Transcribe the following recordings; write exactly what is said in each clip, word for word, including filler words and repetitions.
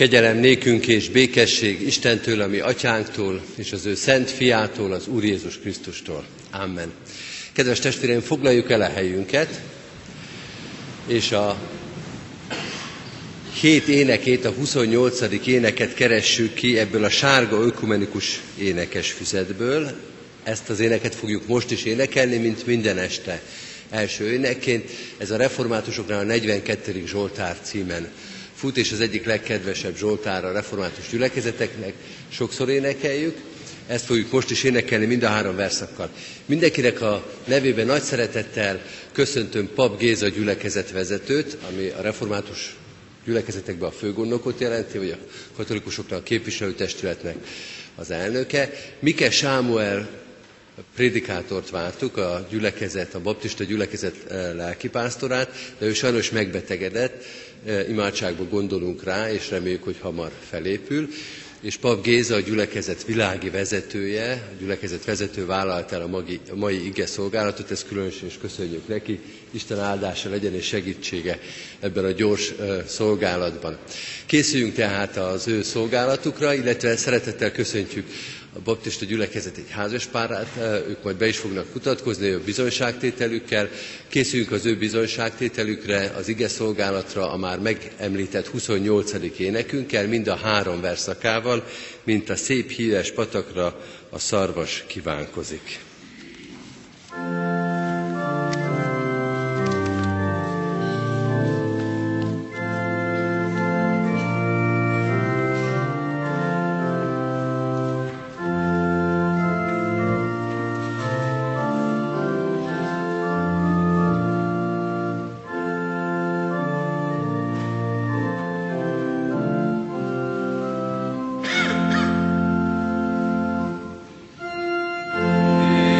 Kegyelem nékünk és békesség Istentől, a mi atyánktól, és az ő szent fiától, az Úr Jézus Krisztustól. Amen. Kedves testvéreim, foglaljuk el a helyünket, és a hét énekét, a huszonnyolcadik éneket keressük ki ebből a sárga ökumenikus énekesfüzetből. Ezt az éneket fogjuk most is énekelni, mint minden este első énekként. Ez a reformátusoknál a negyvenkettedik Zsoltár címen fut, és az egyik legkedvesebb zsoltár a református gyülekezeteknek. Sokszor énekeljük. Ezt fogjuk most is énekelni mind a három verszakkal. Mindenkinek a nevében nagy szeretettel köszöntöm Pap Géza gyülekezetvezetőt, ami a református gyülekezetekben a főgondnokot jelenti, vagy a katolikusoknak a képviselőtestületnek az elnöke. Mike Sámuel prédikátort vártuk, a gyülekezet, a baptista gyülekezet lelkipásztorát, de ő sajnos megbetegedett, imádságban gondolunk rá, és reméljük, hogy hamar felépül. És Pap Géza, a gyülekezet világi vezetője, a gyülekezet vezető vállalt el a mai, a mai ige szolgálatot, ezt különösen is köszönjük neki. Isten áldása legyen és segítsége ebben a gyors uh, szolgálatban. Készüljünk tehát az ő szolgálatukra, illetve szeretettel köszöntjük a baptista gyülekezet egy házaspárát, ők majd be is fognak mutatkozni a bizonyságtételükkel. Készüljünk az ő bizonyságtételükre, az ige szolgálatra, a már megemlített huszonnyolcadik énekünkkel, mind a három verszakával, mint a szép híres patakra a szarvas kívánkozik. Amen.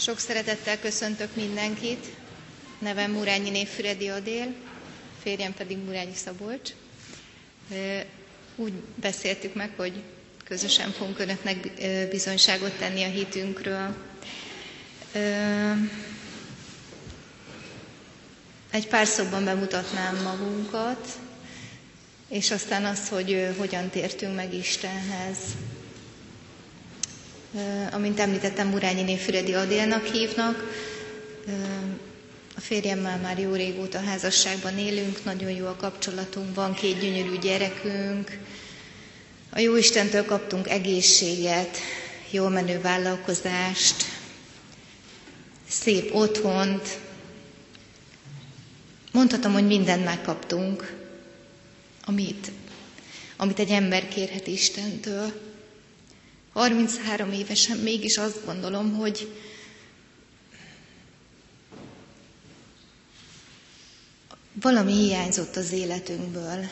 Sok szeretettel köszöntök mindenkit. Nevem Murányiné Füredi Adél, férjem pedig Murányi Szabolcs. Úgy beszéltük meg, hogy közösen fogunk önöknek bizonyságot tenni a hitünkről. Egy pár szóban bemutatnám magunkat, és aztán azt, hogy hogyan tértünk meg Istenhez. Amint említettem, Murányiné Füredi Adélnak hívnak. A férjemmel már jó régóta házasságban élünk, nagyon jó a kapcsolatunk, van két gyönyörű gyerekünk. A Jóistentől kaptunk egészséget, jól menő vállalkozást, szép otthont. Mondhatom, hogy mindent megkaptunk, amit, amit egy ember kérhet Istentől. harminchárom évesen mégis azt gondolom, hogy valami hiányzott az életünkből.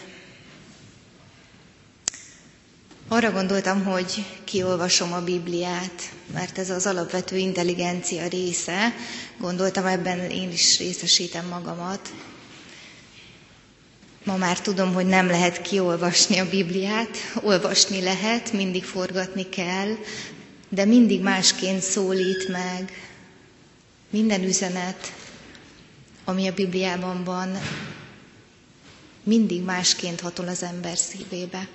Arra gondoltam, hogy kiolvasom a Bibliát, mert ez az alapvető intelligencia része. Gondoltam, ebben én is részesítem magamat. Ma már tudom, hogy nem lehet kiolvasni a Bibliát, olvasni lehet, mindig forgatni kell, de mindig másként szólít meg. Minden üzenet, ami a Bibliában van, mindig másként hatol az ember szívébe.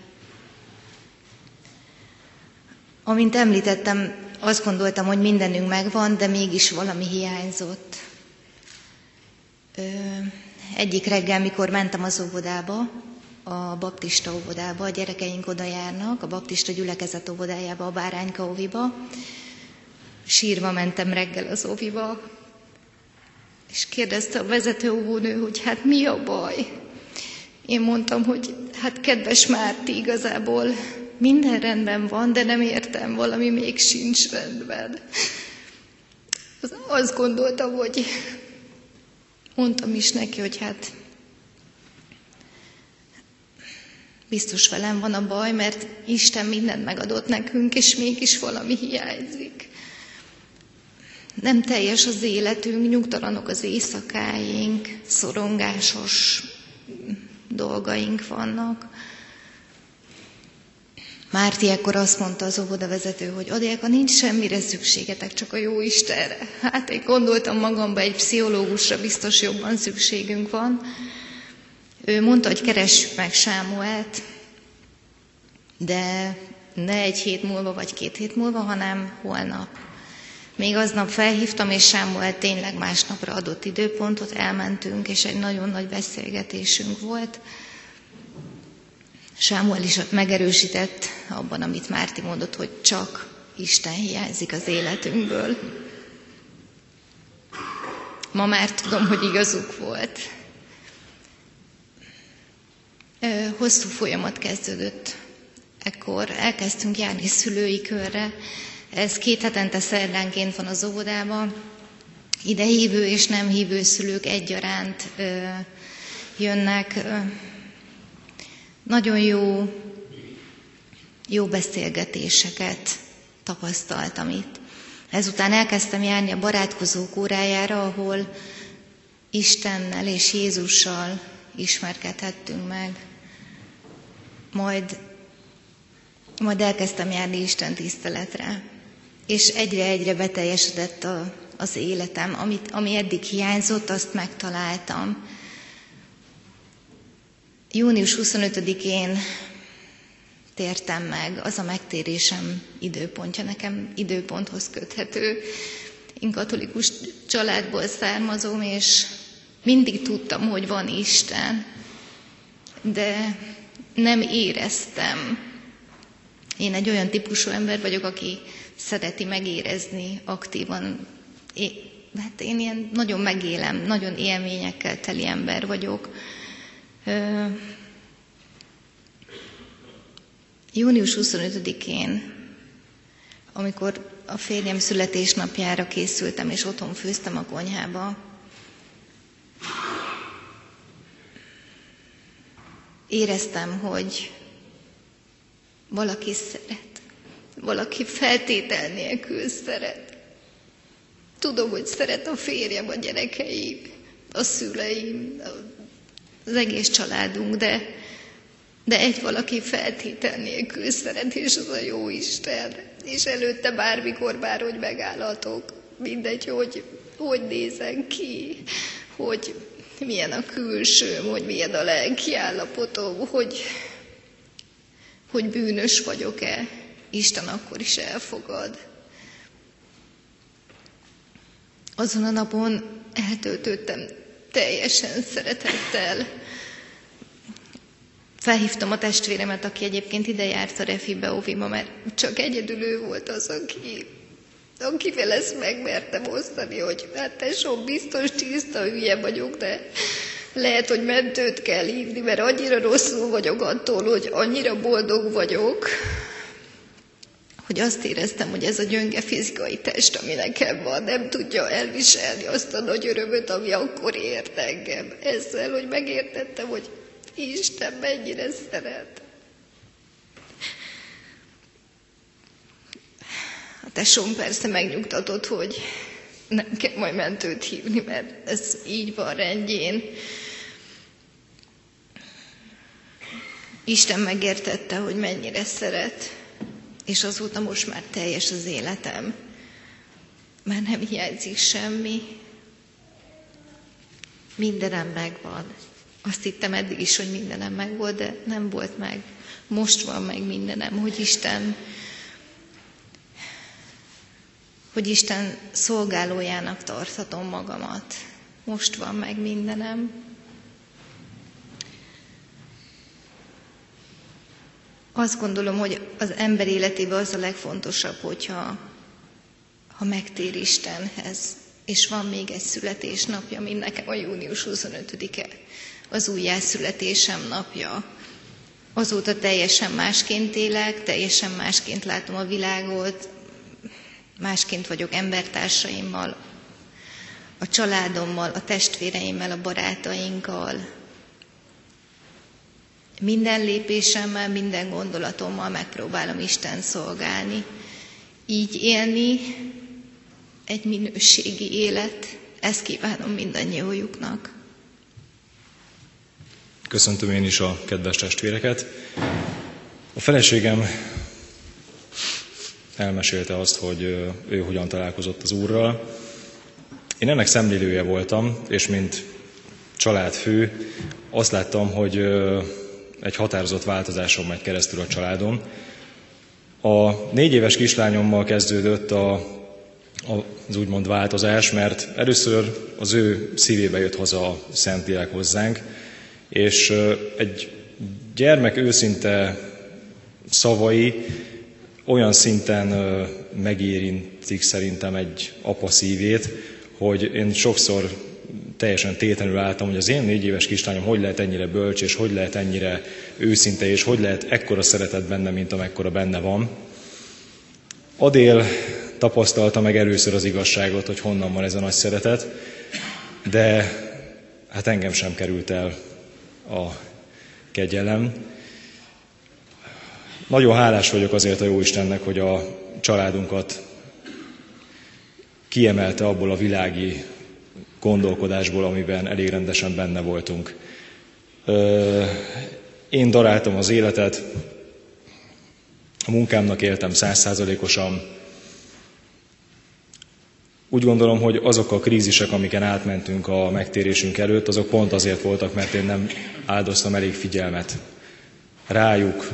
Amint említettem, azt gondoltam, hogy mindenünk megvan, de mégis valami hiányzott. Ö, egyik reggel, mikor mentem az óvodába, a baptista óvodába, a gyerekeink oda járnak, a baptista gyülekezet óvodájába, a Bárányka óviba, sírva mentem reggel az óviba, és kérdezte a vezető óvónő, hogy hát mi a baj? Én mondtam, hogy hát kedves Márti, igazából minden rendben van, de nem értem, valami még sincs rendben. Azt gondoltam, hogy mondtam is neki, hogy hát biztos velem van a baj, mert Isten mindent megadott nekünk, és mégis valami hiányzik. Nem teljes az életünk, nyugtalanok az éjszakáink, szorongásos dolgaink vannak. Márti ekkor azt mondta az óvodavezető, hogy Adélka, nincs semmire szükségetek, csak a jó Istenre. Hát én gondoltam magamban, egy pszichológusra biztos jobban szükségünk van. Ő mondta, hogy keressük meg Sámuelt, de ne egy hét múlva vagy két hét múlva, hanem holnap. Még aznap felhívtam, és Sámuel tényleg másnapra adott időpontot, elmentünk, és egy nagyon nagy beszélgetésünk volt. Sámuel is megerősített abban, amit Márti mondott, hogy csak Isten hiányzik az életünkből. Ma már tudom, hogy igazuk volt. Hosszú folyamat kezdődött. Ekkor elkezdtünk járni szülői körre. Ez két hetente szerdánként van az óvodában. Ide hívő és nem hívő szülők egyaránt jönnek. Nagyon jó, jó beszélgetéseket tapasztaltam itt. Ezután elkezdtem járni a barátkozók órájára, ahol Istennel és Jézussal ismerkedhettünk meg. Majd, majd elkezdtem járni Isten tiszteletre. És egyre-egyre beteljesedett a, az életem. Amit, ami eddig hiányzott, azt megtaláltam. június huszonötödikén tértem meg, az a megtérésem időpontja, nekem időponthoz köthető. Én katolikus családból származom, és mindig tudtam, hogy van Isten, de nem éreztem. Én egy olyan típusú ember vagyok, aki szereti megérezni aktívan. Én, hát én ilyen nagyon megélem, nagyon élményekkel teli ember vagyok. június huszonötödikén, amikor a férjem születésnapjára készültem, és otthon főztem a konyhába, éreztem, hogy valaki szeret, valaki feltétel nélkül szeret. tudom, hogy szeret a férjem, a gyerekeim, a szüleim, az egész családunk, de, de egy valaki feltétel nélkül szeret, és az a jó Isten. És előtte bármikor, bárhogy megállhatok, mindegy, hogy hogy nézek ki, hogy milyen a külsőm, hogy milyen a lelki állapotom, hogy, hogy bűnös vagyok-e, Isten akkor is elfogad. Azon a napon eltöltöttem teljesen szeretettel. Felhívtam a testvéremet, aki egyébként ide járt a refibe, óvima, mert csak egyedül ő volt az, aki, akivel ezt megmertem osztani, hogy hát tesóm, biztos tiszta hülye vagyok, de lehet, hogy mentőt kell hívni, mert annyira rosszul vagyok attól, hogy annyira boldog vagyok, hogy azt éreztem, hogy ez a gyönge fizikai test, ami nekem van, nem tudja elviselni azt a nagy örömöt, ami akkor ért engem. Ezzel, hogy megértettem, hogy Isten mennyire szeret. A tesóm persze megnyugtatott, hogy nem kell majd mentőt hívni, mert ez így van rendjén. Isten megértette, hogy mennyire szeret, és azóta most már teljes az életem. Már nem hiányzik semmi. Mindenem megvan. Azt hittem eddig is, hogy mindenem megvolt, de nem volt meg. Most van meg mindenem, hogy Isten, hogy Isten szolgálójának tarthatom magamat. Most van meg mindenem. Azt gondolom, hogy az ember életében az a legfontosabb, hogyha ha megtér Istenhez, és van még egy születésnapja, mint nekem a június huszonötödike, az újjászületésem napja. Azóta teljesen másként élek, teljesen másként látom a világot, másként vagyok embertársaimmal, a családommal, a testvéreimmel, a barátainkkal. Minden lépésemmel, minden gondolatommal megpróbálom Isten szolgálni. Így élni egy minőségi élet, ezt kívánom mindannyiójuknak. Köszöntöm én is a kedves testvéreket. A feleségem elmesélte azt, hogy ő hogyan találkozott az Úrral. Én ennek szemlélője voltam, és mint családfő azt láttam, hogy egy határozott változáson megy keresztül a családom. A négy éves kislányommal kezdődött a, a, az úgymond változás, mert először az ő szívébe jött haza a Szentlélek hozzánk, és egy gyermek őszinte szavai olyan szinten megérintik szerintem egy apa szívét, hogy én sokszor teljesen tétlenül álltam, hogy az én négy éves kislányom hogy lehet ennyire bölcs, és hogy lehet ennyire őszinte, és hogy lehet ekkora szeretet benne, mint amekkora benne van. Adél tapasztalta meg először az igazságot, hogy honnan van ez a nagy szeretet, de hát engem sem került el a kegyelem. Nagyon hálás vagyok azért a Jóistennek, hogy a családunkat kiemelte abból a világi gondolkodásból, amiben elég rendesen benne voltunk. Én daráltam az életet, a munkámnak éltem százszázalékosan. Úgy gondolom, hogy azok a krízisek, amiken átmentünk a megtérésünk előtt, azok pont azért voltak, mert én nem áldoztam elég figyelmet rájuk,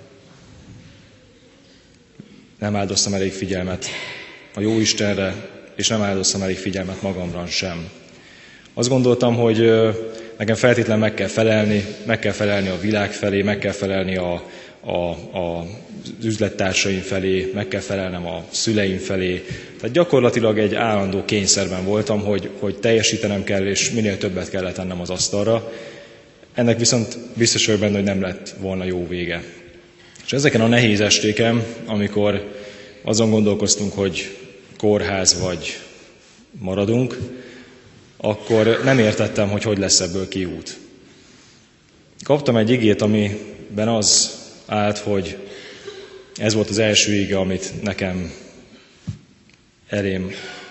nem áldoztam elég figyelmet a Jóistenre, és nem áldoztam elég figyelmet magamra sem. Azt gondoltam, hogy nekem feltétlenül meg kell felelni, meg kell felelni a világ felé, meg kell felelni a, a, a, az üzlettársaim felé, meg kell felelnem a szüleim felé. Tehát gyakorlatilag egy állandó kényszerben voltam, hogy, hogy teljesítenem kell, és minél többet kell tennem az asztalra. Ennek viszont biztos vagyok benne, hogy nem lett volna jó vége. És ezeken a nehéz estéken, amikor azon gondolkoztunk, hogy kórház vagy maradunk, akkor nem értettem, hogy hogy lesz ebből kiút. Kaptam egy igét, amiben az állt, hogy ez volt az első ige, amit nekem elém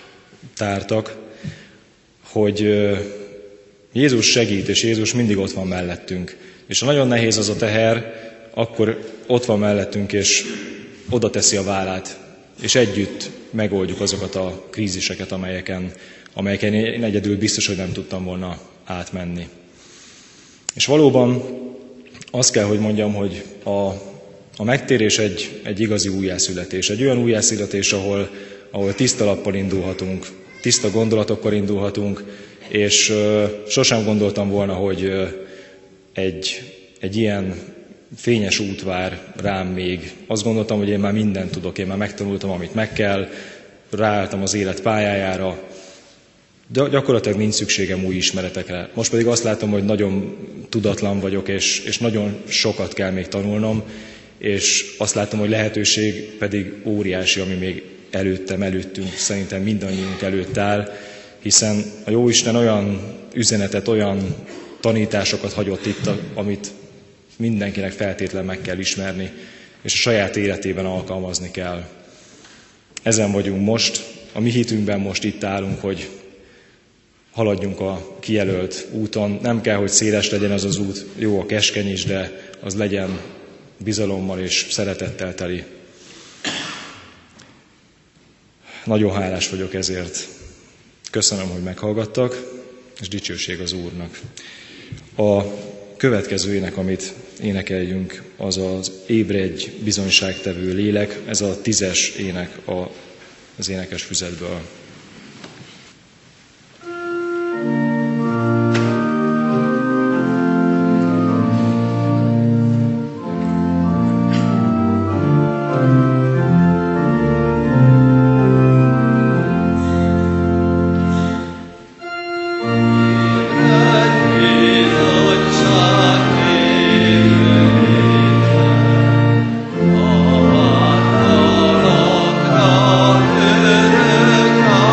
tártak, hogy Jézus segít, és Jézus mindig ott van mellettünk. És ha nagyon nehéz az a teher, akkor ott van mellettünk, és oda teszi a vállát, és együtt megoldjuk azokat a kríziseket, amelyeken, amelyeken én egyedül biztos, hogy nem tudtam volna átmenni. És valóban azt kell, hogy mondjam, hogy a, a megtérés egy, egy igazi újjászületés. Egy olyan újjászületés, ahol, ahol tiszta lappal indulhatunk, tiszta gondolatokkal indulhatunk, és uh, sosem gondoltam volna, hogy uh, egy, egy ilyen fényes út vár rám még. Azt gondoltam, hogy én már mindent tudok, én már megtanultam, amit meg kell, ráálltam az élet pályájára, de gyakorlatilag nincs szükségem új ismeretekre. Most pedig azt látom, hogy nagyon tudatlan vagyok, és, és nagyon sokat kell még tanulnom, és azt látom, hogy lehetőség pedig óriási, ami még előttem, előttünk, szerintem mindannyiunk előtt áll, hiszen a Jóisten olyan üzenetet, olyan tanításokat hagyott itt, amit mindenkinek feltétlenül meg kell ismerni, és a saját életében alkalmazni kell. Ezen vagyunk most, a mi hitünkben most itt állunk, hogy haladjunk a kijelölt úton. Nem kell, hogy széles legyen az az út, jó a keskeny is, de az legyen bizalommal és szeretettel teli. Nagyon hálás vagyok ezért. Köszönöm, hogy meghallgattak, és dicsőség az Úrnak. A következő ének, amit énekeljünk, az az Ébredj bizonyságtevő lélek, ez a tízes ének az énekes füzetből. Oh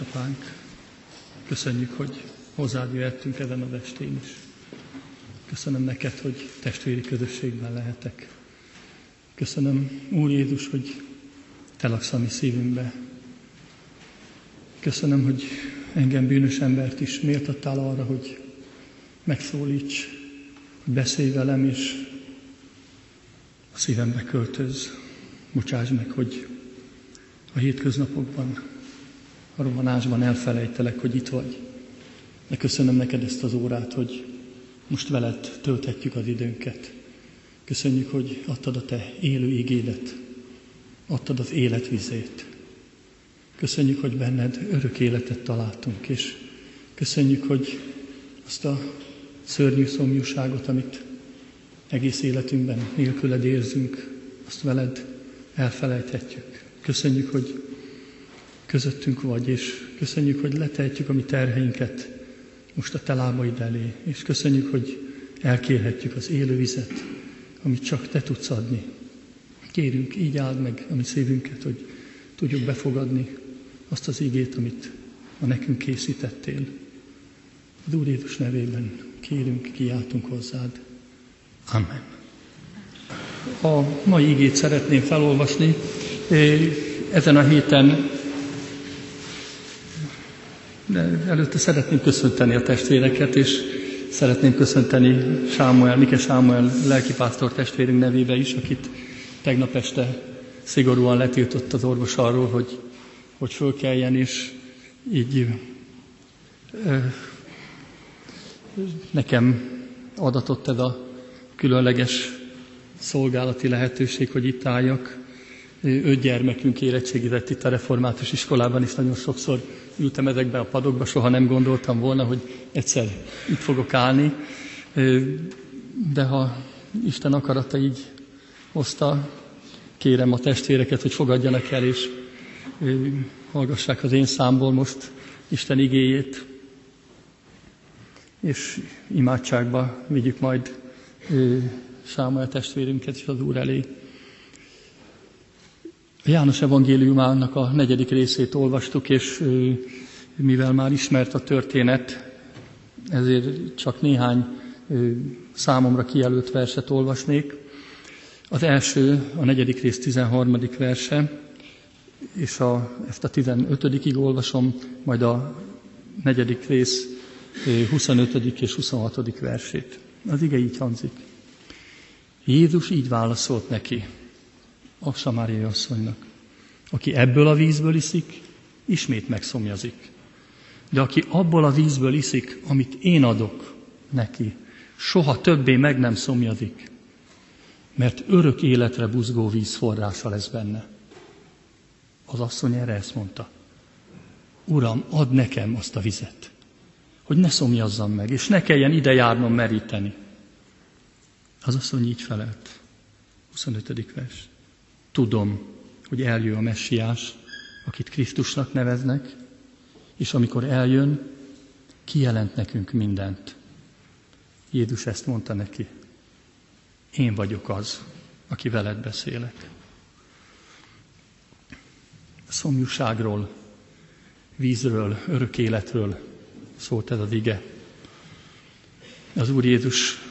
Édesapánk, köszönjük, hogy hozzád jöhettünk ezen az estén is. Köszönöm neked, hogy testvéri közösségben lehetek. Köszönöm, Úr Jézus, hogy te laksz a mi szívünkbe. Köszönöm, hogy engem, bűnös embert is méltattál arra, hogy megszólíts, hogy beszélj velem, és a szívembe költöz. Bocsásd meg, hogy a hétköznapokban, a rohanásban elfelejtelek, hogy itt vagy. De köszönöm neked ezt az órát, hogy most veled tölthetjük az időnket. Köszönjük, hogy adtad a te élő igédet, adtad az életvizét. Köszönjük, hogy benned örök életet találtunk, és köszönjük, hogy azt a szörnyű szomjúságot, amit egész életünkben nélküled érzünk, azt veled elfelejthetjük. Köszönjük, hogy közöttünk vagy, és köszönjük, hogy letehetjük a mi terheinket most a te lábaid elé, és köszönjük, hogy elkérhetjük az élő vizet, amit csak te tudsz adni. Kérünk, így áld meg a mi szívünket, hogy tudjuk befogadni azt az igét, amit ma nekünk készítettél. Az Úr Jézus nevében kérünk, kiáltunk hozzád. Amen. A mai igét szeretném felolvasni. Ezen a héten, de előtte szeretném köszönteni a testvéreket, és szeretném köszönteni Sámuel, Mike Sámuel lelkipásztor testvérünk nevébe is, akit tegnap este szigorúan letiltott az orvos arról, hogy, hogy fölkeljen, és így ö, nekem adatott ez a különleges szolgálati lehetőség, hogy itt álljak. Öt gyermekünk érettségizett itt a református iskolában, és nagyon sokszor ültem ezekbe a padokba, soha nem gondoltam volna, hogy egyszer itt fogok állni. De ha Isten akarata így hozta, kérem a testvéreket, hogy fogadjanak el, és hallgassák az én számból most Isten igéjét, és imádságba vigyük majd Sámuel testvérünket is az Úr elé. A János evangéliumának a negyedik részét olvastuk, és mivel már ismert a történet, ezért csak néhány számomra kijelölt verset olvasnék. Az első, a negyedik rész tizenharmadik verse, és a, ezt a tizenötödikig olvasom, majd a negyedik rész huszonötödik és huszonhatodik versét. Az ige így hangzik. Jézus így válaszolt neki, a samáriai asszonynak: aki ebből a vízből iszik, ismét megszomjazik. De aki abból a vízből iszik, amit én adok neki, soha többé meg nem szomjazik, mert örök életre buzgó víz forrása lesz benne. Az asszony erre ezt mondta: Uram, add nekem azt a vizet, hogy ne szomjazzam meg, és ne kelljen ide járnom meríteni. Az asszony így felelt. huszonötödik vers. Tudom, hogy eljön a messiás, akit Krisztusnak neveznek, és amikor eljön, kijelent nekünk mindent. Jézus ezt mondta neki: én vagyok az, aki veled beszélek. Szomjúságról, vízről, örök életről szólt ez az ige. Az Úr Jézus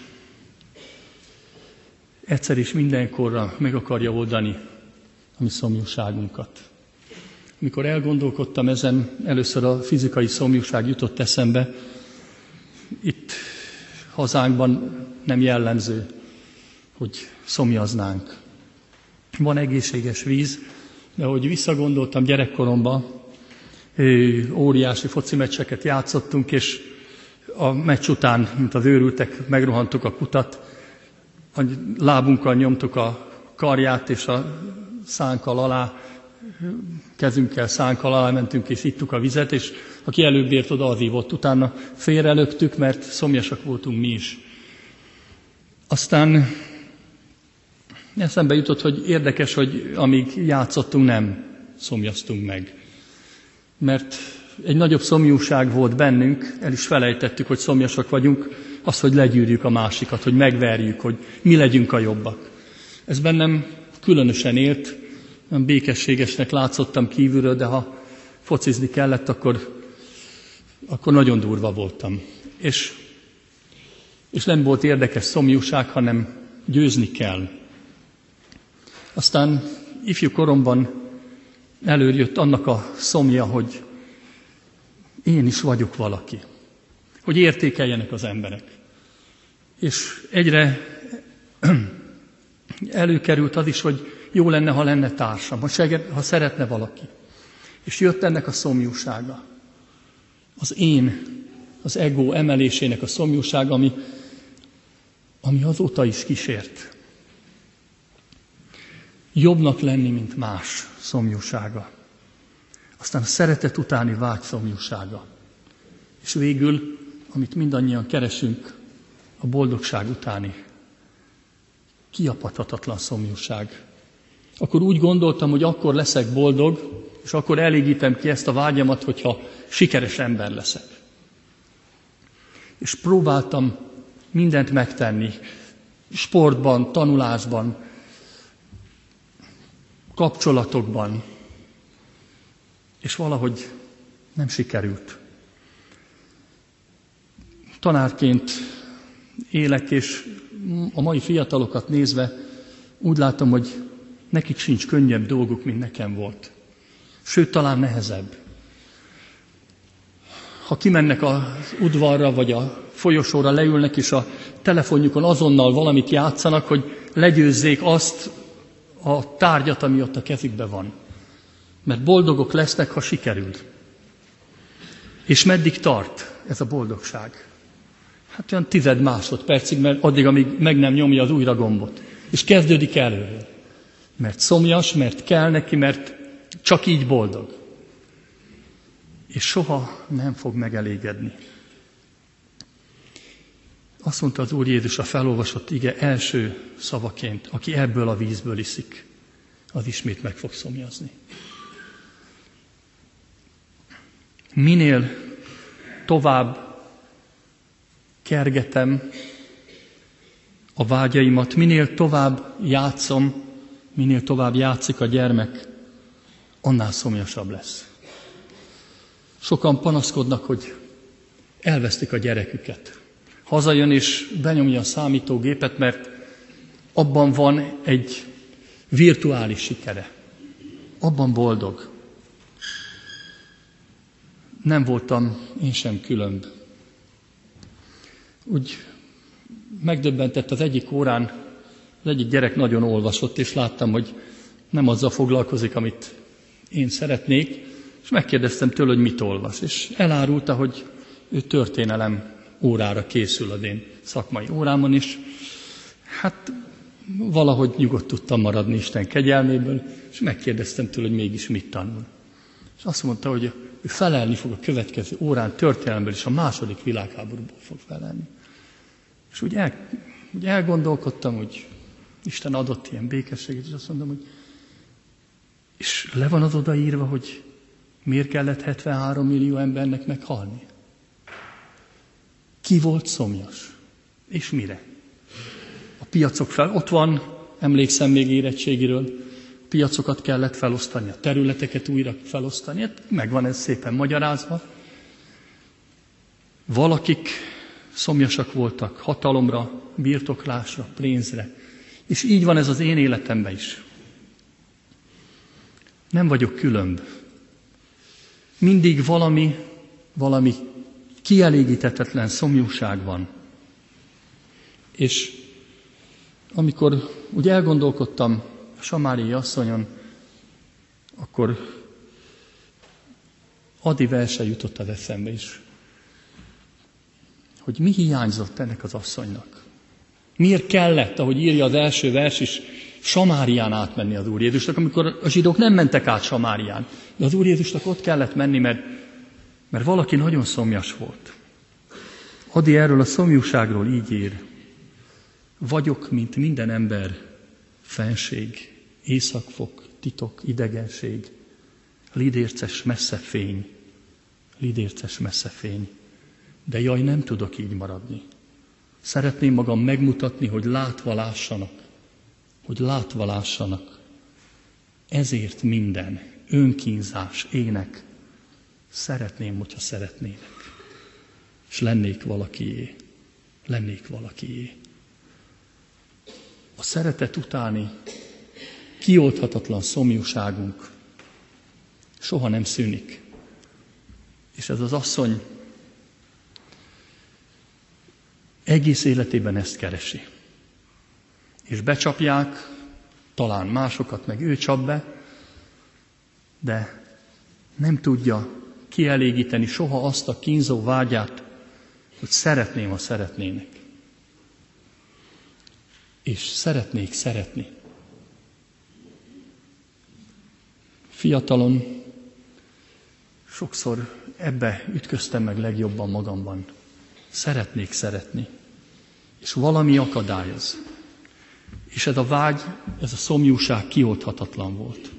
egyszer és mindenkorra meg akarja oldani a mi szomjúságunkat. Mikor elgondolkodtam ezen, először a fizikai szomjúság jutott eszembe. Itt hazánkban nem jellemző, hogy szomjaznánk. Van egészséges víz, de ahogy visszagondoltam gyerekkoromban, óriási foci meccseket játszottunk, és a meccs után, mint az őrültek, megrohantuk a kutat, a lábunkkal nyomtuk a karját, és a szánkkal alá, kezünkkel szánkkal alá mentünk, és ittuk a vizet, és aki előbb ért, oda az ívott. Utána félrelöktük, mert szomjasak voltunk mi is. Aztán eszembe jutott, hogy érdekes, hogy amíg játszottunk, nem szomjaztunk meg. Mert egy nagyobb szomjúság volt bennünk, el is felejtettük, hogy szomjasak vagyunk, az, hogy legyűrjük a másikat, hogy megverjük, hogy mi legyünk a jobbak. Ez bennem különösen élt, nem békességesnek látszottam kívülről, de ha focizni kellett, akkor, akkor nagyon durva voltam. És, és nem volt érdekes szomjúság, hanem győzni kell. Aztán ifjú koromban előjött annak a szomja, hogy én is vagyok valaki. Hogy értékeljenek az emberek. És egyre előkerült az is, hogy jó lenne, ha lenne társam, ha szeretne valaki. És jött ennek a szomjúsága. Az én, az ego emelésének a szomjúsága, ami, ami azóta is kísért. Jobbnak lenni, mint más szomjúsága. Aztán a szeretet utáni vágy szomjúsága. És végül, amit mindannyian keresünk, a boldogság utáni kiapadhatatlan szomjúság. Akkor úgy gondoltam, hogy akkor leszek boldog, és akkor elégítem ki ezt a vágyamat, hogyha sikeres ember leszek. És próbáltam mindent megtenni, sportban, tanulásban, kapcsolatokban, és valahogy nem sikerült. Tanárként élek, és a mai fiatalokat nézve úgy látom, hogy nekik sincs könnyebb dolguk, mint nekem volt. Sőt, talán nehezebb. Ha kimennek az udvarra, vagy a folyosóra leülnek, és a telefonjukon azonnal valamit játszanak, hogy legyőzzék azt a tárgyat, ami ott a kezükben van. Mert boldogok lesznek, ha sikerül. És meddig tart ez a boldogság? Hát olyan tized másodpercig, mert addig, amíg meg nem nyomja az újra gombot. És kezdődik előről. Mert szomjas, mert kell neki, mert csak így boldog. És soha nem fog megelégedni. Azt mondta az Úr Jézus a felolvasott ige első szavaként, aki ebből a vízből iszik, az ismét meg fog szomjazni. Minél tovább kergetem a vágyaimat, minél tovább játszom, minél tovább játszik a gyermek, annál szomjasabb lesz. Sokan panaszkodnak, hogy elvesztik a gyereküket. Hazajön és benyomja a számítógépet, mert abban van egy virtuális sikere. Abban boldog. Nem voltam én sem különb. Úgy megdöbbentett az egyik órán, az egyik gyerek nagyon olvasott, és láttam, hogy nem azzal foglalkozik, amit én szeretnék, és megkérdeztem tőle, hogy mit olvas. És elárulta, hogy ő történelem órára készül az én szakmai órámon is. Hát valahogy nyugodt tudtam maradni Isten kegyelméből, és megkérdeztem tőle, hogy mégis mit tanul. És azt mondta, hogy ő felelni fog a következő órán történelemből, és a második világháborúból fog felelni. És úgy, el, úgy elgondolkodtam, hogy Isten adott ilyen békességet, és azt mondom, hogy és le van az odaírva, hogy miért kellett hetvenhárom millió embernek meghalni? Ki volt szomjas? És mire? A piacok fel, ott van, emlékszem még érettségiről, piacokat kellett felosztani, a területeket újra felosztani, hát megvan ez szépen magyarázva. Valakik szomjasak voltak hatalomra, birtoklásra, pénzre, és így van ez az én életemben is. Nem vagyok különb. Mindig valami, valami kielégíthetetlen szomjúság van. És amikor úgy elgondolkodtam a samáriai asszonyon, akkor Adi verse jutott az eszembe is, hogy mi hiányzott ennek az asszonynak. Miért kellett, ahogy írja az első vers is, Samárián átmenni az Úr Jézusnak, amikor a zsidók nem mentek át Samárián. De az Úr Jézusnak ott kellett menni, mert, mert valaki nagyon szomjas volt. Adi erről a szomjúságról így ír. Vagyok, mint minden ember, fenség, északfok, titok, idegenség, lidérces messze fény, lidérces messze fény. De jaj, nem tudok így maradni. Szeretném magam megmutatni, hogy látva lássanak, hogy látva lássanak. Ezért minden önkínzás, ének, Szeretném, hogyha szeretnének. És lennék valakié. Lennék valakié. A szeretet utáni kioldhatatlan szomjúságunk soha nem szűnik. És ez az asszony egész életében ezt keresi. És becsapják, talán másokat, meg ő csap be, de nem tudja kielégíteni soha azt a kínzó vágyát, hogy szeretném, ha szeretnének. És szeretnék szeretni. Fiatalon sokszor ebbe ütköztem meg legjobban magamban. Szeretnék szeretni. És valami akadályoz. És ez a vágy, ez a szomjúság kioldhatatlan volt.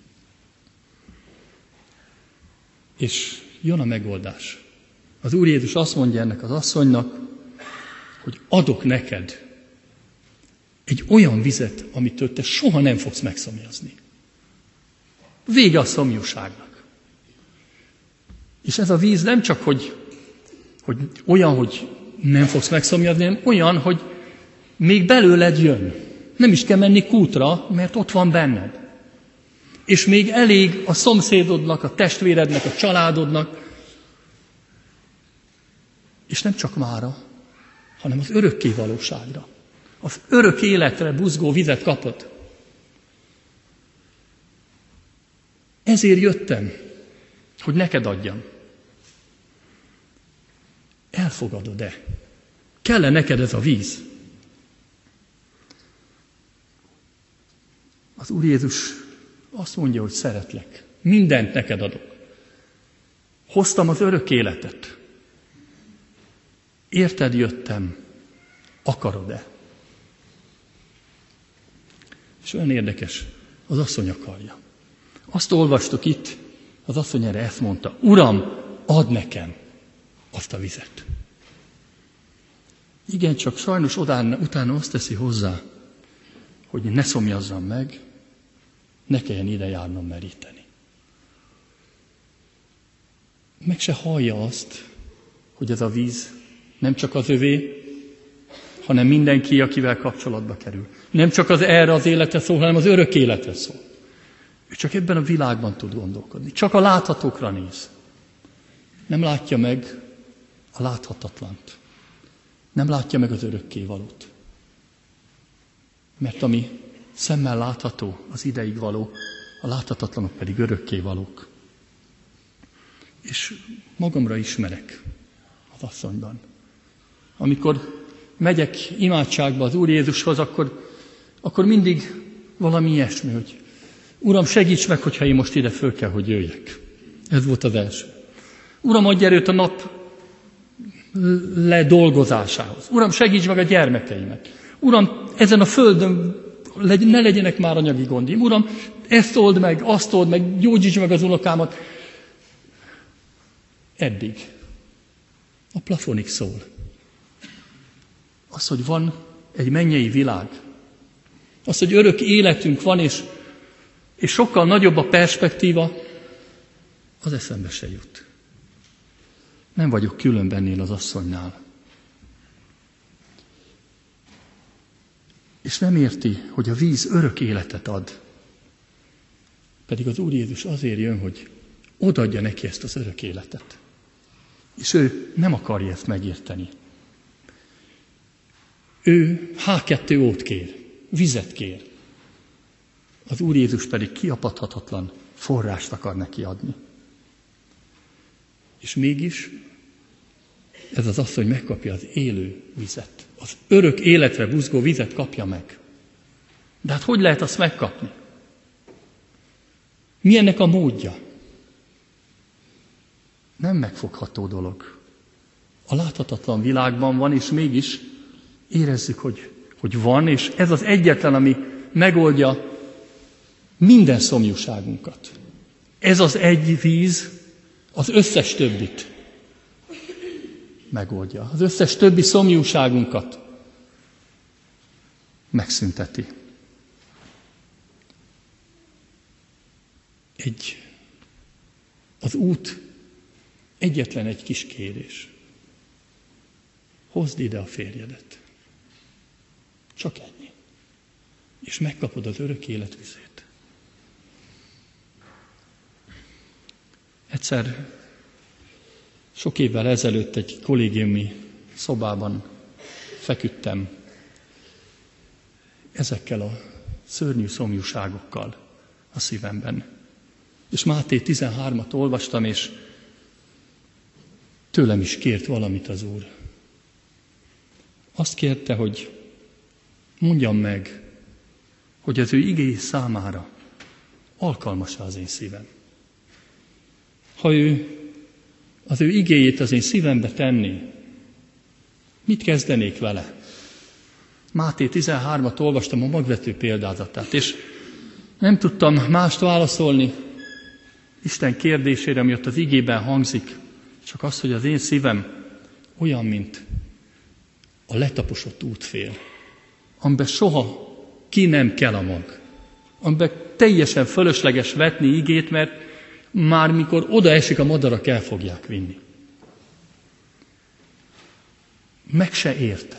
És jön a megoldás. Az Úr Jézus azt mondja ennek az asszonynak, hogy adok neked egy olyan vizet, amitől te soha nem fogsz megszomjazni. Vége a szomjúságnak. És ez a víz nem csak, hogy, hogy olyan, hogy nem fogsz megszomjazni, hanem olyan, hogy még belőled jön. Nem is kell menni kútra, mert ott van benned. És még elég a szomszédodnak, a testvérednek, a családodnak, és nem csak mára, hanem az örökké valóságra. Az örök életre buzgó vizet kapod. Ezért jöttem, hogy neked adjam. Elfogadod-e? Kell-e neked ez a víz? Az Úr Jézus azt mondja, hogy szeretlek. Mindent neked adok. Hoztam az örök életet. Érted jöttem. Akarod-e? És olyan érdekes, az asszony akarja. Azt olvastuk itt, az asszony erre ezt mondta, Uram, add nekem azt a vizet. Igen, csak sajnos utána, utána azt teszi hozzá, hogy ne szomjazzam meg, ne kelljen ide járnom meríteni. Meg se hallja azt, hogy ez a víz nem csak az övé, hanem mindenki, akivel kapcsolatba kerül. Nem csak az erre az életre szól, hanem az örök életre szól. Ő csak ebben a világban tud gondolkodni. Csak a láthatókra néz. Nem látja meg a láthatatlant. Nem látja meg az örökkévalót. Mert ami szemmel látható, az ideig való, a láthatatlanok pedig örökkévalók. És magamra ismerek az asszonyban. Amikor megyek imádságba az Úr Jézushoz, akkor, akkor mindig valami ilyesmi, hogy Uram, segíts meg, hogyha én most ide föl kell, hogy jöjjek. Ez volt az első. Uram, adj erőt a nap ledolgozásához. Uram, segíts meg a gyermekeimet. Uram, ezen a földön ne legyenek már anyagi gondjaim. Uram, ezt old meg, azt old meg, gyógyíts meg az unokámat. Eddig. A plafonig szól. Az, hogy van egy mennyei világ. Az, hogy örök életünk van, és, és sokkal nagyobb a perspektíva, az eszembe se jut. Nem vagyok különbennél az asszonynál. És nem érti, hogy a víz örök életet ad. Pedig az Úr Jézus azért jön, hogy odaadja neki ezt az örök életet. És ő nem akarja ezt megérteni. Ő há kettő ót kér, vizet kér. Az Úr Jézus pedig kiapadhatatlan forrást akar neki adni. És mégis ez az asszony megkapja az élő vizet. Az örök életre buzgó vizet kapja meg. De hát hogy lehet azt megkapni? Mi ennek a módja? Nem megfogható dolog. A láthatatlan világban van, és mégis érezzük, hogy, hogy van, és ez az egyetlen, ami megoldja minden szomjúságunkat. Ez az egy víz az összes többit megoldja. Az összes többi szomjúságunkat megszünteti. Egy, az út egyetlen egy kis kérés. Hozd ide a férjedet. Csak ennyi. És megkapod az örök élet vizét. Egyszer sok évvel ezelőtt egy kollégiumi szobában feküdtem ezekkel a szörnyű szomjúságokkal a szívemben. És Máté tizenhármat olvastam, és tőlem is kért valamit az Úr. Azt kérte, hogy mondjam meg, hogy az ő igéi számára alkalmas az én szívem. Ha ő az ő igéjét az én szívembe tenné, mit kezdenék vele? Máté tizenhármat olvastam, a magvető példázatát, és nem tudtam mást válaszolni Isten kérdésére, ami ott az igében hangzik, csak az, hogy az én szívem olyan, mint a letaposott útfél, amiben soha ki nem kell a mag, amiben teljesen fölösleges vetni igét, mert már mikor odaesik a madarak, el fogják vinni. Meg se értem.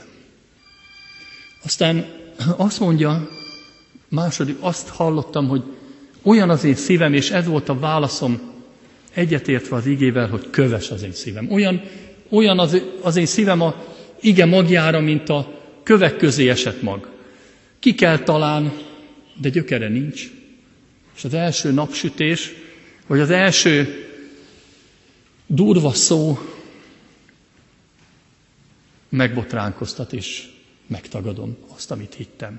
Aztán azt mondja, második, azt hallottam, hogy olyan az én szívem, és ez volt a válaszom, egyetértve az igével, hogy köves az én szívem. Olyan, olyan az, az én szívem a ige magjára, mint a kövek közé esett mag. Ki kell talán, de gyökere nincs. És az első napsütés, vagy az első durva szó megbotránkoztat, és megtagadom azt, amit hittem.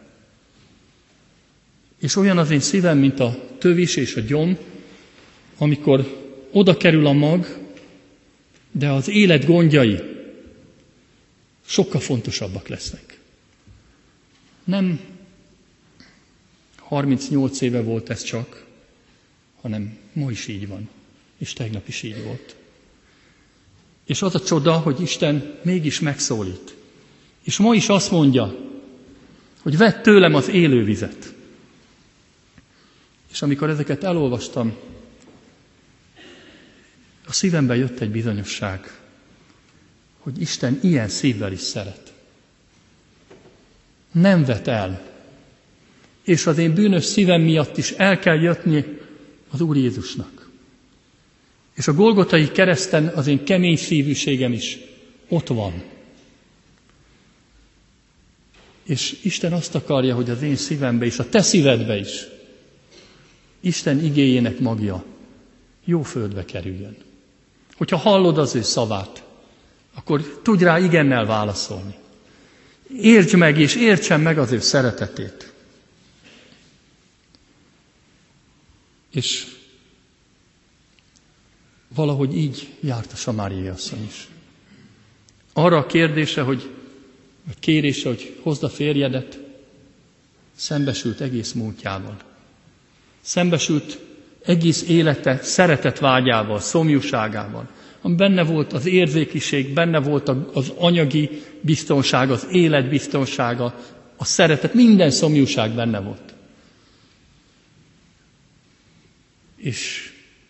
És olyan az én szívem, mint a tövis és a gyom, amikor oda kerül a mag, de az élet gondjai sokkal fontosabbak lesznek. Nem harmincnyolc éve volt ez csak, hanem ma is így van, és tegnap is így volt. És az a csoda, hogy Isten mégis megszólít. És ma is azt mondja, hogy vedd tőlem az élő vizet. És amikor ezeket elolvastam, a szívembe jött egy bizonyosság, hogy Isten ilyen szívvel is szeret. Nem vet el. És az én bűnös szívem miatt is el kell jötni az Úr Jézusnak. És a Golgotai kereszten az én kemény szívűségem is ott van. És Isten azt akarja, hogy az én szívembe és a te szívedbe is Isten igéjének magja jó földbe kerüljön. Hogyha hallod az ő szavát, akkor tudj rá igennel válaszolni. Értsd meg és értsen meg az ő szeretetét. És valahogy így járt a samáriai asszony is. Arra a kérdése, hogy, vagy kérése, hogy hozd a férjedet, szembesült egész múltjával. Szembesült egész élete szeretet vágyával, szomjúságával. Benne volt az érzékiség, benne volt az anyagi biztonság, az élet biztonsága, a szeretet, minden szomjúság benne volt. És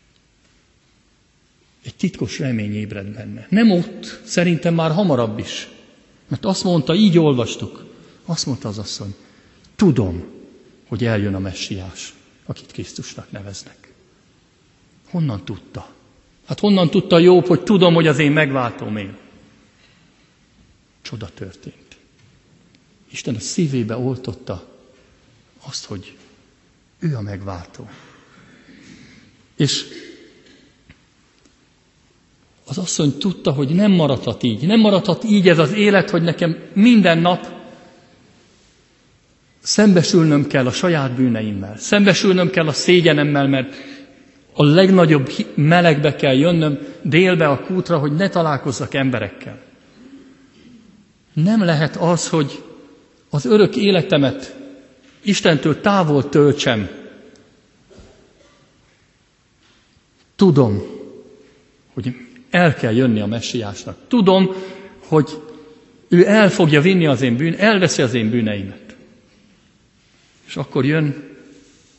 egy titkos remény ébred benne. Nem ott, szerintem már hamarabb is. Mert azt mondta, így olvastuk, azt mondta az asszony, tudom, hogy eljön a messiás, akit Krisztusnak neveznek. Honnan tudta? Hát honnan tudta Jobb, hogy tudom, hogy az én megváltóm él? Csoda történt. Isten a szívébe oltotta azt, hogy ő a megváltó. És az asszony tudta, hogy nem maradhat így. Nem maradhat így ez az élet, hogy nekem minden nap szembesülnöm kell a saját bűneimmel. Szembesülnöm kell a szégyenemmel, mert a legnagyobb melegbe kell jönnöm délbe a kútra, hogy ne találkozzak emberekkel. Nem lehet az, hogy az örök életemet Istentől távol töltsem. Tudom, hogy el kell jönni a messiásnak. Tudom, hogy ő el fogja vinni az én bűn, elveszi az én bűneimet. És akkor jön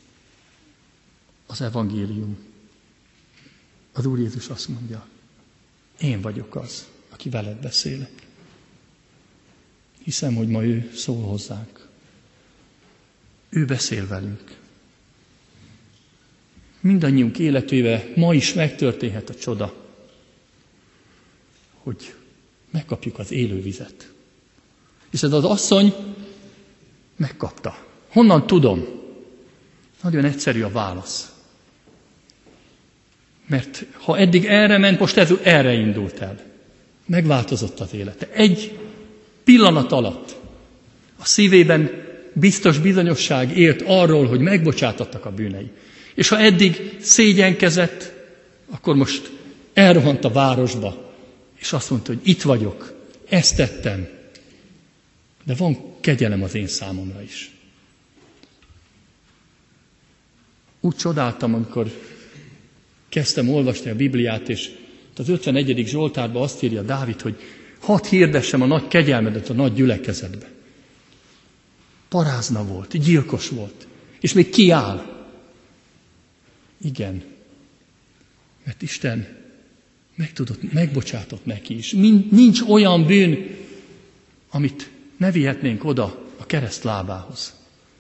az evangélium. Az Úr Jézus azt mondja, Én vagyok az, aki veled beszélek. Hiszem, hogy ma ő szól hozzánk. Ő beszél velünk. Mindannyiunk életével ma is megtörténhet a csoda, hogy megkapjuk az élő vizet. És ez az asszony megkapta. Honnan tudom? Nagyon egyszerű a válasz. Mert ha eddig erre ment, most ez erre indult el. Megváltozott az élete. Egy pillanat alatt a szívében biztos bizonyosság élt arról, hogy megbocsátottak a bűnei. És ha eddig szégyenkezett, akkor most elrohant a városba, és azt mondta, hogy itt vagyok, ezt tettem, de van kegyelem az én számomra is. Úgy csodáltam, amikor kezdtem olvasni a Bibliát, és az ötvenegyedik Zsoltárban azt írja Dávid, hogy hadd hirdessem a nagy kegyelmedet a nagy gyülekezetbe. Parázna volt, gyilkos volt, és még kiáll. Igen, mert Isten megtudott, megbocsátott neki is. Nincs olyan bűn, amit ne vihetnénk oda a kereszt lábához.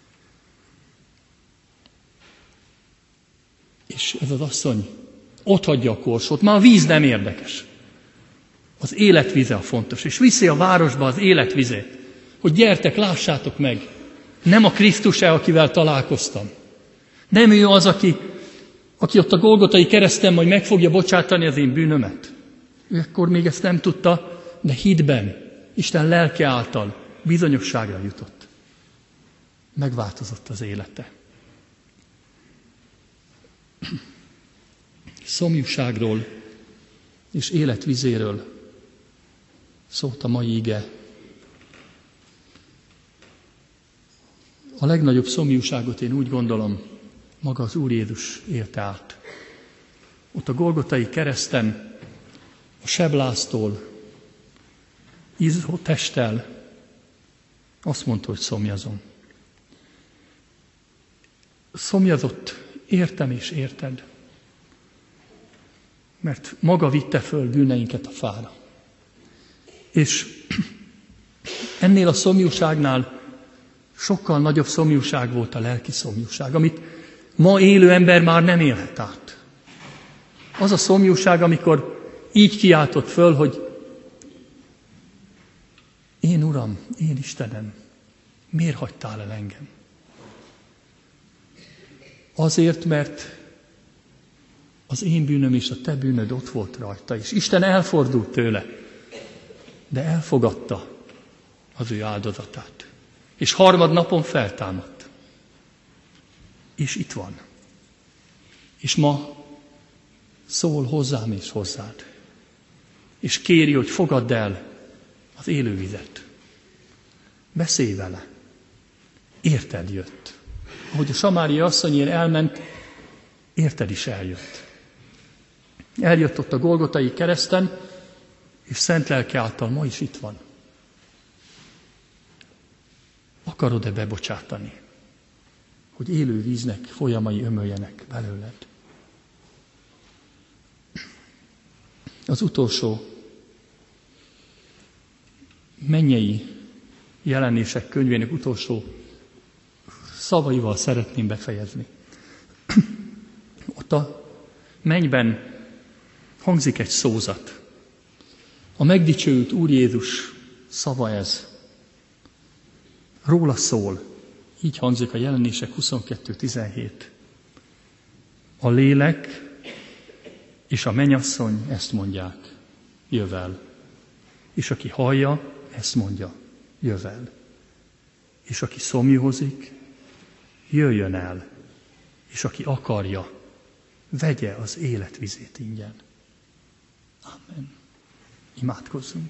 És ez az asszony ott hagyja a korsót, már a víz nem érdekes. Az életvize a fontos, és viszi a városba az életvizét, hogy gyertek, lássátok meg, nem a Krisztus-e, akivel találkoztam. Nem ő az, aki, aki ott a Golgotai kereszten majd meg fogja bocsátani az én bűnömet. Ő ekkor még ezt nem tudta, de hitben, Isten lelke által bizonyosságra jutott. Megváltozott az élete. Szomjúságról és életvizéről szólt a mai ige. A legnagyobb szomjúságot én úgy gondolom, maga az Úr Jézus élte át. Ott a Golgotai kereszten, a sebláztól, izzó testtel azt mondta, hogy szomjazom. Szomjazott, értem és érted, mert maga vitte föl bűneinket a fára. És ennél a szomjúságnál sokkal nagyobb szomjúság volt a lelki szomjúság, amit ma élő ember már nem élhet át. Az a szomjúság, amikor így kiáltott föl, hogy én Uram, én Istenem, miért hagytál el engem? Azért, mert az én bűnöm és a te bűnöd ott volt rajta, és Isten elfordult tőle, de elfogadta az ő áldozatát. És harmadnapon feltámadt. És itt van. És ma szól hozzám és hozzád. És kéri, hogy fogadd el az élő vizet. Beszélj vele. Érted jött. Ahogy a samáriai asszonyért elment, érted is eljött. Eljött ott a Golgotai kereszten, és szent lelke által ma is itt van. Akarod-e bebocsátani, hogy élő víznek folyamai ömöljenek belőled? Az utolsó mennyei jelenések könyvének utolsó szavaival szeretném befejezni. Ott a mennyben hangzik egy szózat. A megdicsőült Úr Jézus szava ez. Róla szól. Így hangzik a jelenések huszonkettő tizenhét. A lélek és a mennyasszony ezt mondják. Jövel. És aki hallja, ezt mondja. Jövel. És aki szomjúhozik, jöjjön el. És aki akarja, vegye az életvizét ingyen. Amen. Imádkozzunk.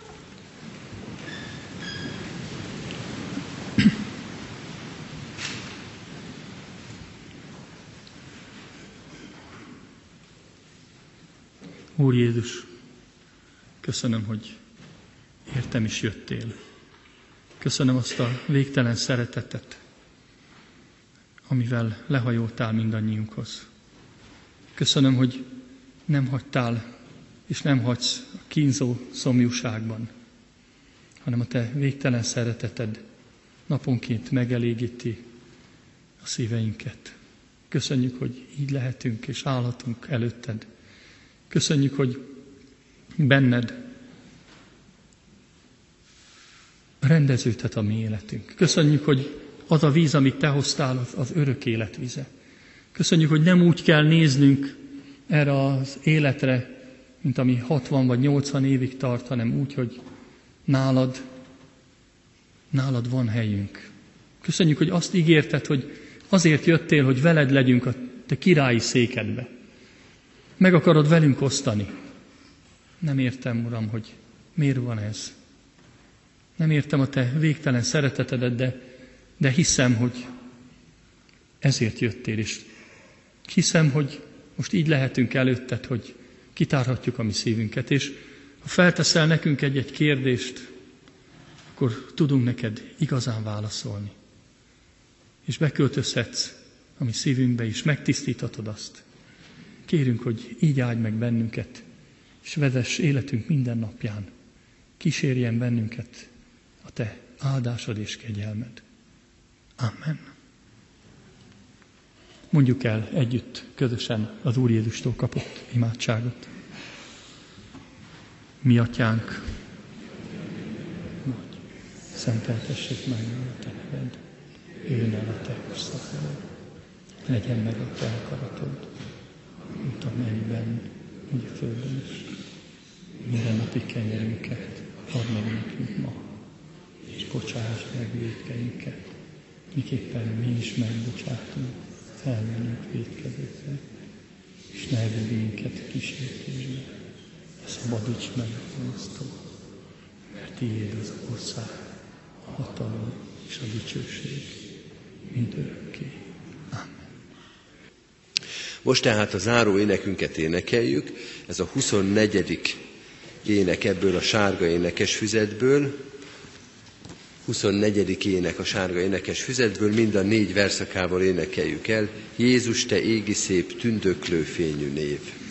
Úr Jézus, köszönöm, hogy értem is jöttél. Köszönöm azt a végtelen szeretetet, amivel lehajoltál mindannyiunkhoz. Köszönöm, hogy nem hagytál és nem hagysz a kínzó szomjúságban, hanem a te végtelen szereteted naponként megelégíti a szíveinket. Köszönjük, hogy így lehetünk és állhatunk előtted. Köszönjük, hogy benned rendeződhet a mi életünk. Köszönjük, hogy az a víz, amit te hoztál, az, az örök élet víze. Köszönjük, hogy nem úgy kell néznünk erre az életre, mint ami hatvan vagy nyolcvan évig tart, hanem úgy, hogy nálad, nálad van helyünk. Köszönjük, hogy azt ígérted, hogy azért jöttél, hogy veled legyünk a te királyi székedbe. Meg akarod velünk osztani. Nem értem, Uram, hogy miért van ez. Nem értem a te végtelen szeretetedet, de, de hiszem, hogy ezért jöttél, és hiszem, hogy most így lehetünk előtted, hogy kitárhatjuk a mi szívünket, és ha felteszel nekünk egy-egy kérdést, akkor tudunk neked igazán válaszolni. És beköltözhetsz a mi szívünkbe, és megtisztíthatod azt. Kérünk, hogy így áldj meg bennünket, és vezess életünk minden napján. Kísérjen bennünket a te áldásod és kegyelmed. Amen. Mondjuk el együtt, közösen az Úr Jézustól kapott imádságot. Mi atyánk, szenteltessék meg a te neved, jöjjön el a te országod, legyen meg a te akaratod, mint a mennyben, úgy a földön is. Minden napi kenyerünket add meg nekünk ma, és bocsáss meg vétkeinket, miképpen mi is megbocsátunk felmenünk vétkezőkre, és ne vedd minket kísértésbe, de szabadíts meg a gonosztól, mert tiéd az ország, a hatalom és a dicsőség mindörökké. Amen. Most tehát a záró énekünket énekeljük, ez a huszonnegyedik ének ebből a sárga énekes füzetből, huszonnegyedik ének a sárga énekes füzetből, mind a négy verszakával énekeljük el. Jézus, te égi szép, tündöklő fényű név.